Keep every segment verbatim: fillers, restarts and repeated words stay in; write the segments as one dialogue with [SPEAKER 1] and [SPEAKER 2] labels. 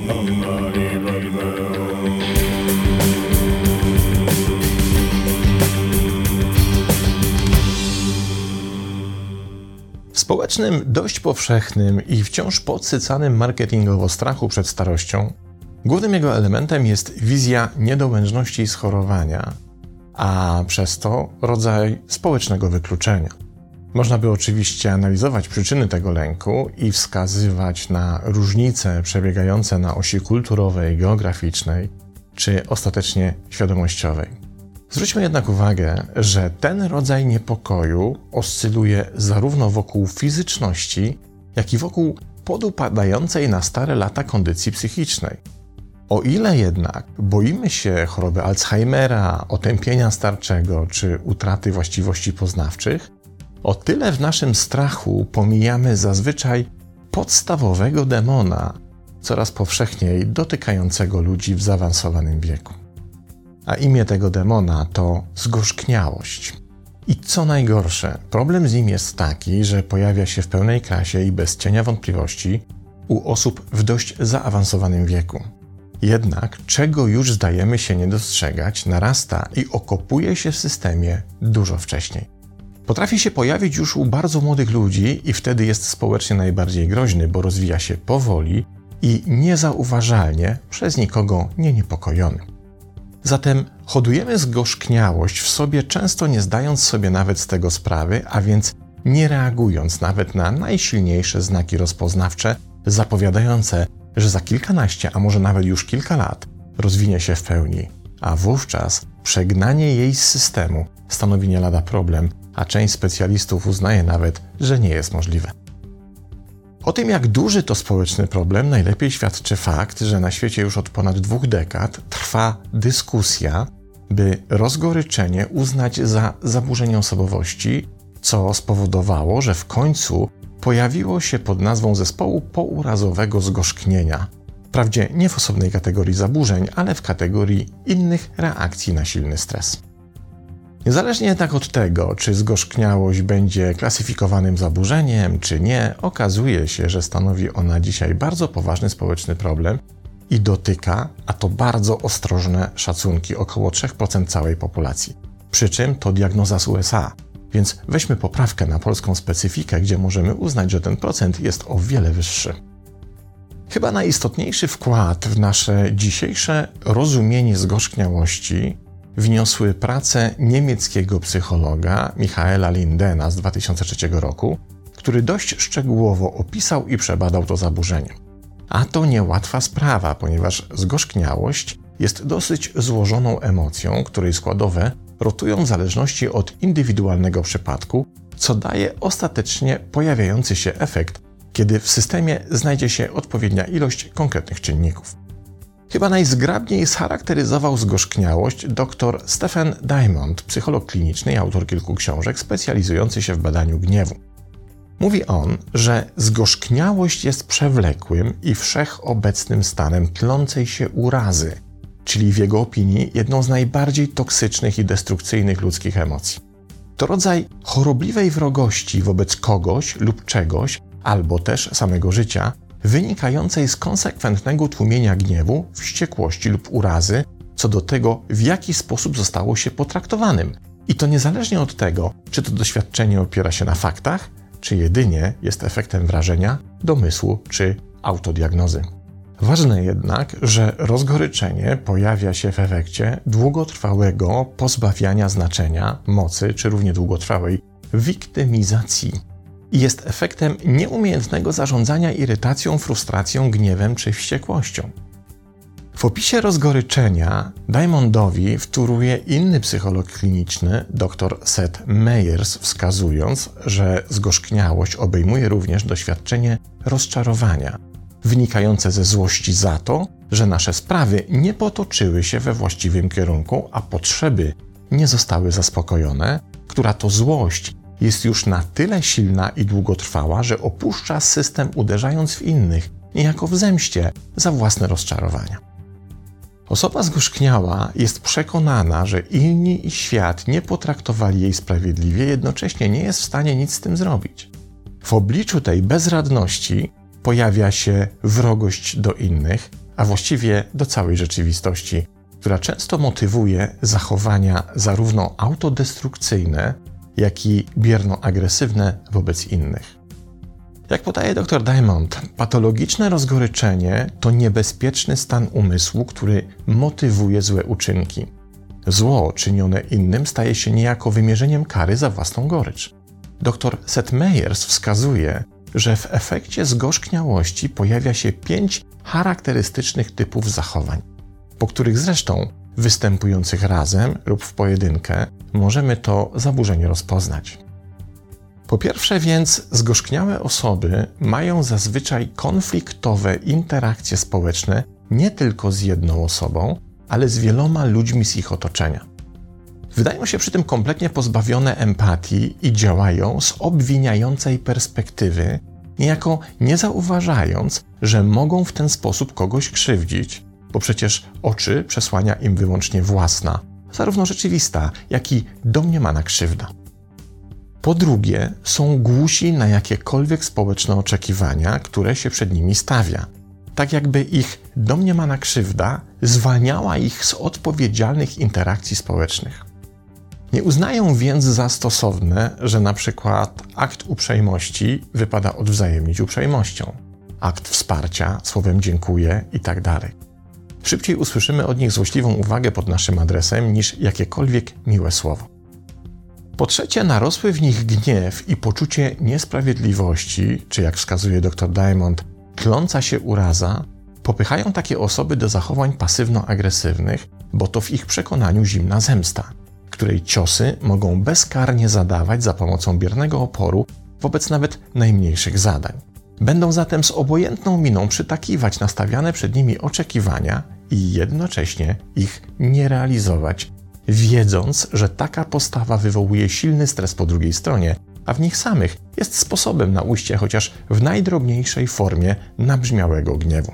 [SPEAKER 1] W społecznym, dość powszechnym i wciąż podsycanym marketingowo strachu przed starością głównym jego elementem jest wizja niedołężności i schorowania, a przez to rodzaj społecznego wykluczenia. Można by oczywiście analizować przyczyny tego lęku i wskazywać na różnice przebiegające na osi kulturowej, geograficznej czy ostatecznie świadomościowej. Zwróćmy jednak uwagę, że ten rodzaj niepokoju oscyluje zarówno wokół fizyczności, jak i wokół podupadającej na stare lata kondycji psychicznej. O ile jednak boimy się choroby Alzheimera, otępienia starczego czy utraty właściwości poznawczych, o tyle w naszym strachu pomijamy zazwyczaj podstawowego demona, coraz powszechniej dotykającego ludzi w zaawansowanym wieku. A imię tego demona to zgorzkniałość. I co najgorsze, problem z nim jest taki, że pojawia się w pełnej krasie i bez cienia wątpliwości u osób w dość zaawansowanym wieku. Jednak, czego już zdajemy się nie dostrzegać, narasta i okopuje się w systemie dużo wcześniej. Potrafi się pojawić już u bardzo młodych ludzi i wtedy jest społecznie najbardziej groźny, bo rozwija się powoli i niezauważalnie, przez nikogo nie niepokojony. Zatem hodujemy zgorzkniałość w sobie, często nie zdając sobie nawet z tego sprawy, a więc nie reagując nawet na najsilniejsze znaki rozpoznawcze zapowiadające, że za kilkanaście, a może nawet już kilka lat rozwinie się w pełni, a wówczas przegnanie jej z systemu stanowi nie lada problem, a część specjalistów uznaje nawet, że nie jest możliwe. O tym, jak duży to społeczny problem, najlepiej świadczy fakt, że na świecie już od ponad dwóch dekad trwa dyskusja, by rozgoryczenie uznać za zaburzenie osobowości, co spowodowało, że w końcu pojawiło się pod nazwą zespołu pourazowego zgorzknienia. Wprawdzie nie w osobnej kategorii zaburzeń, ale w kategorii innych reakcji na silny stres. Niezależnie jednak od tego, czy zgorzkniałość będzie klasyfikowanym zaburzeniem, czy nie, okazuje się, że stanowi ona dzisiaj bardzo poważny społeczny problem i dotyka, a to bardzo ostrożne szacunki, około trzy procent całej populacji. Przy czym to diagnoza z U S A, więc weźmy poprawkę na polską specyfikę, gdzie możemy uznać, że ten procent jest o wiele wyższy. Chyba najistotniejszy wkład w nasze dzisiejsze rozumienie zgorzkniałości wniosły prace niemieckiego psychologa Michaela Lindena z dwa tysiące trzeciego roku, który dość szczegółowo opisał i przebadał to zaburzenie. A to niełatwa sprawa, ponieważ zgorzkniałość jest dosyć złożoną emocją, której składowe rotują w zależności od indywidualnego przypadku, co daje ostatecznie pojawiający się efekt, kiedy w systemie znajdzie się odpowiednia ilość konkretnych czynników. Chyba najzgrabniej scharakteryzował zgorzkniałość dr Stephen Diamond, psycholog kliniczny i autor kilku książek specjalizujący się w badaniu gniewu. Mówi on, że zgorzkniałość jest przewlekłym i wszechobecnym stanem tlącej się urazy, czyli w jego opinii jedną z najbardziej toksycznych i destrukcyjnych ludzkich emocji. To rodzaj chorobliwej wrogości wobec kogoś lub czegoś, albo też samego życia, wynikającej z konsekwentnego tłumienia gniewu, wściekłości lub urazy co do tego, w jaki sposób zostało się potraktowanym. I to niezależnie od tego, czy to doświadczenie opiera się na faktach, czy jedynie jest efektem wrażenia, domysłu czy autodiagnozy. Ważne jednak, że rozgoryczenie pojawia się w efekcie długotrwałego pozbawiania znaczenia, mocy czy równie długotrwałej wiktymizacji i jest efektem nieumiejętnego zarządzania irytacją, frustracją, gniewem czy wściekłością. W opisie rozgoryczenia Diamondowi wtóruje inny psycholog kliniczny, dr Seth Meyers, wskazując, że zgorzkniałość obejmuje również doświadczenie rozczarowania, wynikające ze złości za to, że nasze sprawy nie potoczyły się we właściwym kierunku, a potrzeby nie zostały zaspokojone, która to złość jest już na tyle silna i długotrwała, że opuszcza system, uderzając w innych, niejako w zemście za własne rozczarowania. Osoba zgorzkniała jest przekonana, że inni i świat nie potraktowali jej sprawiedliwie, jednocześnie nie jest w stanie nic z tym zrobić. W obliczu tej bezradności pojawia się wrogość do innych, a właściwie do całej rzeczywistości, która często motywuje zachowania zarówno autodestrukcyjne, jak i bierno-agresywne wobec innych. Jak podaje dr Diamond, patologiczne rozgoryczenie to niebezpieczny stan umysłu, który motywuje złe uczynki. Zło czynione innym staje się niejako wymierzeniem kary za własną gorycz. Dr Seth Meyers wskazuje, że w efekcie zgorzkniałości pojawia się pięć charakterystycznych typów zachowań, po których zresztą występujących razem lub w pojedynkę możemy to zaburzenie rozpoznać. Po pierwsze więc, zgorzkniałe osoby mają zazwyczaj konfliktowe interakcje społeczne nie tylko z jedną osobą, ale z wieloma ludźmi z ich otoczenia. Wydają się przy tym kompletnie pozbawione empatii i działają z obwiniającej perspektywy, niejako nie zauważając, że mogą w ten sposób kogoś krzywdzić, bo przecież oczy przesłania im wyłącznie własna, zarówno rzeczywista, jak i domniemana krzywda. Po drugie, są głusi na jakiekolwiek społeczne oczekiwania, które się przed nimi stawia, tak jakby ich domniemana krzywda zwalniała ich z odpowiedzialnych interakcji społecznych. Nie uznają więc za stosowne, że na przykład akt uprzejmości wypada odwzajemnić uprzejmością, akt wsparcia słowem dziękuję itd. Szybciej usłyszymy od nich złośliwą uwagę pod naszym adresem niż jakiekolwiek miłe słowo. Po trzecie, narosły w nich gniew i poczucie niesprawiedliwości, czy jak wskazuje dr Diamond, tląca się uraza, popychają takie osoby do zachowań pasywno-agresywnych, bo to w ich przekonaniu zimna zemsta, której ciosy mogą bezkarnie zadawać za pomocą biernego oporu wobec nawet najmniejszych zadań. Będą zatem z obojętną miną przytakiwać na stawiane przed nimi oczekiwania i jednocześnie ich nie realizować, wiedząc, że taka postawa wywołuje silny stres po drugiej stronie, a w nich samych jest sposobem na ujście chociaż w najdrobniejszej formie nabrzmiałego gniewu.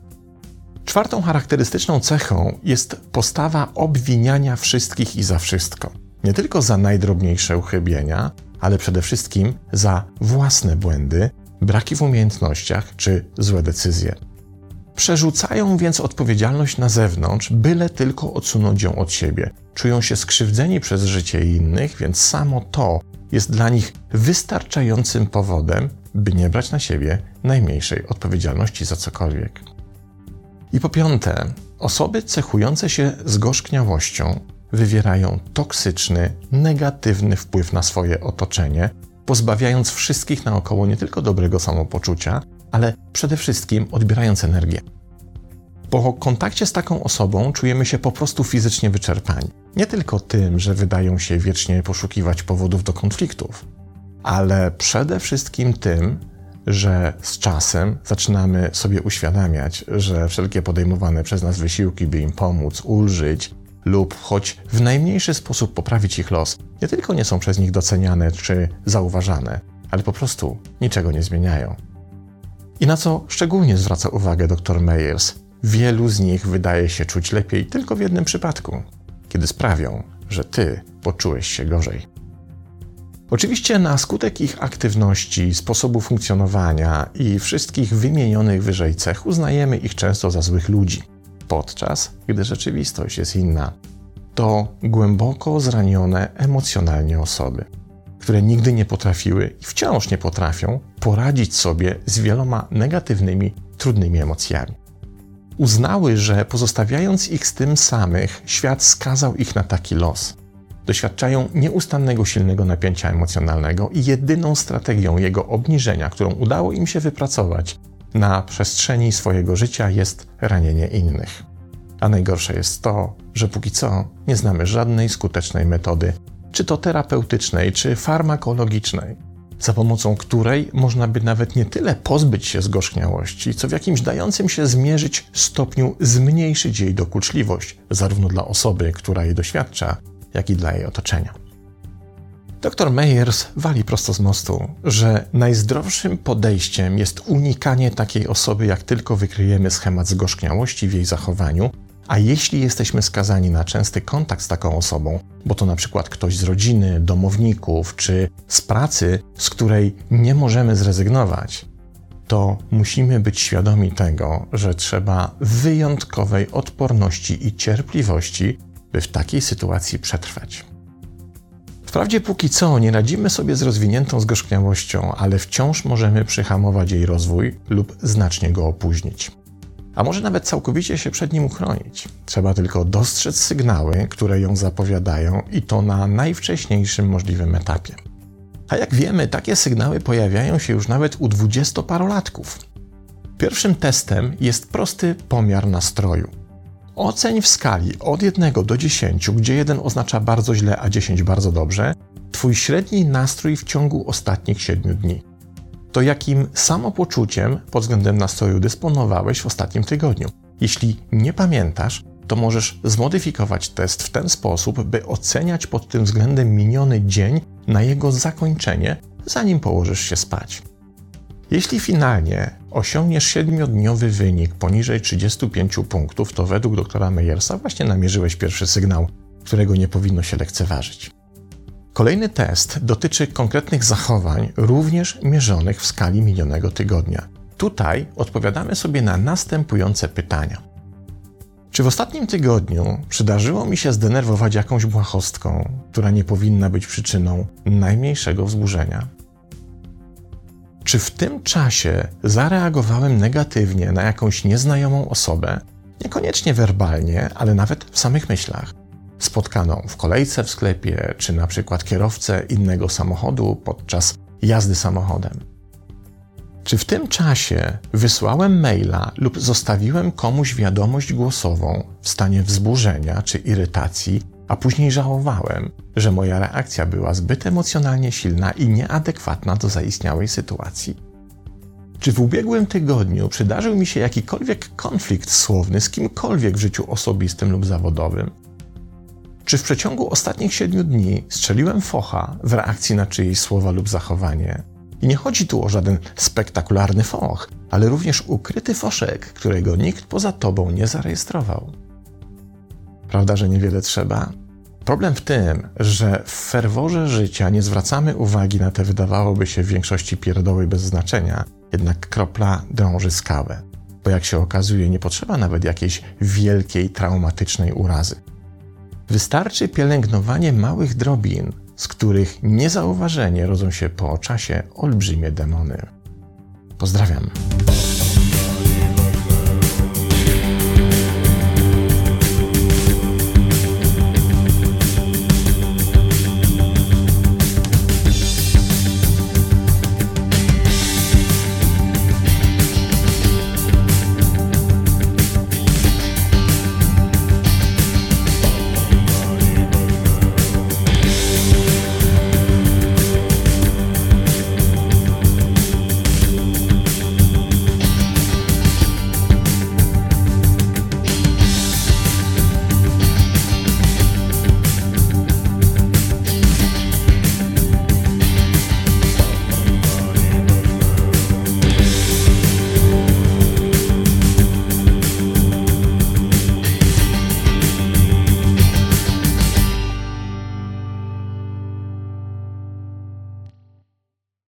[SPEAKER 1] Czwartą charakterystyczną cechą jest postawa obwiniania wszystkich i za wszystko. Nie tylko za najdrobniejsze uchybienia, ale przede wszystkim za własne błędy, braki w umiejętnościach czy złe decyzje. Przerzucają więc odpowiedzialność na zewnątrz, byle tylko odsunąć ją od siebie. Czują się skrzywdzeni przez życie innych, więc samo to jest dla nich wystarczającym powodem, by nie brać na siebie najmniejszej odpowiedzialności za cokolwiek. I po piąte, osoby cechujące się zgorzkniałością wywierają toksyczny, negatywny wpływ na swoje otoczenie, pozbawiając wszystkich naokoło nie tylko dobrego samopoczucia, ale przede wszystkim odbierając energię. Po kontakcie z taką osobą czujemy się po prostu fizycznie wyczerpani. Nie tylko tym, że wydają się wiecznie poszukiwać powodów do konfliktów, ale przede wszystkim tym, że z czasem zaczynamy sobie uświadamiać, że wszelkie podejmowane przez nas wysiłki, by im pomóc, ulżyć lub choć w najmniejszy sposób poprawić ich los, nie tylko nie są przez nich doceniane czy zauważane, ale po prostu niczego nie zmieniają. I na co szczególnie zwraca uwagę dr Meyers, wielu z nich wydaje się czuć lepiej tylko w jednym przypadku, kiedy sprawią, że ty poczułeś się gorzej. Oczywiście na skutek ich aktywności, sposobu funkcjonowania i wszystkich wymienionych wyżej cech uznajemy ich często za złych ludzi, podczas gdy rzeczywistość jest inna. To głęboko zranione emocjonalnie osoby, które nigdy nie potrafiły i wciąż nie potrafią poradzić sobie z wieloma negatywnymi, trudnymi emocjami. Uznały, że pozostawiając ich z tym samych, świat skazał ich na taki los. Doświadczają nieustannego silnego napięcia emocjonalnego i jedyną strategią jego obniżenia, którą udało im się wypracować na przestrzeni swojego życia, jest ranienie innych. A najgorsze jest to, że póki co nie znamy żadnej skutecznej metody, czy to terapeutycznej, czy farmakologicznej, za pomocą której można by nawet nie tyle pozbyć się zgorzkniałości, co w jakimś dającym się zmierzyć stopniu zmniejszyć jej dokuczliwość, zarówno dla osoby, która jej doświadcza, jak i dla jej otoczenia. dr Meyers wali prosto z mostu, że najzdrowszym podejściem jest unikanie takiej osoby, jak tylko wykryjemy schemat zgorzkniałości w jej zachowaniu, a jeśli jesteśmy skazani na częsty kontakt z taką osobą, bo to na przykład ktoś z rodziny, domowników czy z pracy, z której nie możemy zrezygnować, to musimy być świadomi tego, że trzeba wyjątkowej odporności i cierpliwości, by w takiej sytuacji przetrwać. Wprawdzie póki co nie radzimy sobie z rozwiniętą zgorzkniałością, ale wciąż możemy przyhamować jej rozwój lub znacznie go opóźnić. A może nawet całkowicie się przed nim uchronić. Trzeba tylko dostrzec sygnały, które ją zapowiadają i to na najwcześniejszym możliwym etapie. A jak wiemy, takie sygnały pojawiają się już nawet u dwudziestoparolatków. Pierwszym testem jest prosty pomiar nastroju. Oceń w skali od jednego do dziesięciu, gdzie jeden oznacza bardzo źle, a dziesięć bardzo dobrze, twój średni nastrój w ciągu ostatnich siedmiu dni. To jakim samopoczuciem pod względem nastroju dysponowałeś w ostatnim tygodniu. Jeśli nie pamiętasz, to możesz zmodyfikować test w ten sposób, by oceniać pod tym względem miniony dzień na jego zakończenie, zanim położysz się spać. Jeśli finalnie osiągniesz siedmiodniowy wynik poniżej trzydziestu pięciu punktów, to według doktora Meyersa właśnie namierzyłeś pierwszy sygnał, którego nie powinno się lekceważyć. Kolejny test dotyczy konkretnych zachowań, również mierzonych w skali minionego tygodnia. Tutaj odpowiadamy sobie na następujące pytania. Czy w ostatnim tygodniu przydarzyło mi się zdenerwować jakąś błahostką, która nie powinna być przyczyną najmniejszego wzburzenia? Czy w tym czasie zareagowałem negatywnie na jakąś nieznajomą osobę, niekoniecznie werbalnie, ale nawet w samych myślach? Spotkaną w kolejce w sklepie, czy na przykład kierowcę innego samochodu podczas jazdy samochodem. Czy w tym czasie wysłałem maila lub zostawiłem komuś wiadomość głosową w stanie wzburzenia czy irytacji, a później żałowałem, że moja reakcja była zbyt emocjonalnie silna i nieadekwatna do zaistniałej sytuacji? Czy w ubiegłym tygodniu przydarzył mi się jakikolwiek konflikt słowny z kimkolwiek w życiu osobistym lub zawodowym? Czy w przeciągu ostatnich siedmiu dni strzeliłem focha w reakcji na czyjeś słowa lub zachowanie? I nie chodzi tu o żaden spektakularny foch, ale również ukryty foszek, którego nikt poza tobą nie zarejestrował. Prawda, że niewiele trzeba? Problem w tym, że w ferworze życia nie zwracamy uwagi na te wydawałoby się w większości pierdoły bez znaczenia, jednak kropla drąży skałę. Bo jak się okazuje, nie potrzeba nawet jakiejś wielkiej, traumatycznej urazy. Wystarczy pielęgnowanie małych drobin, z których niezauważenie rodzą się po czasie olbrzymie demony. Pozdrawiam.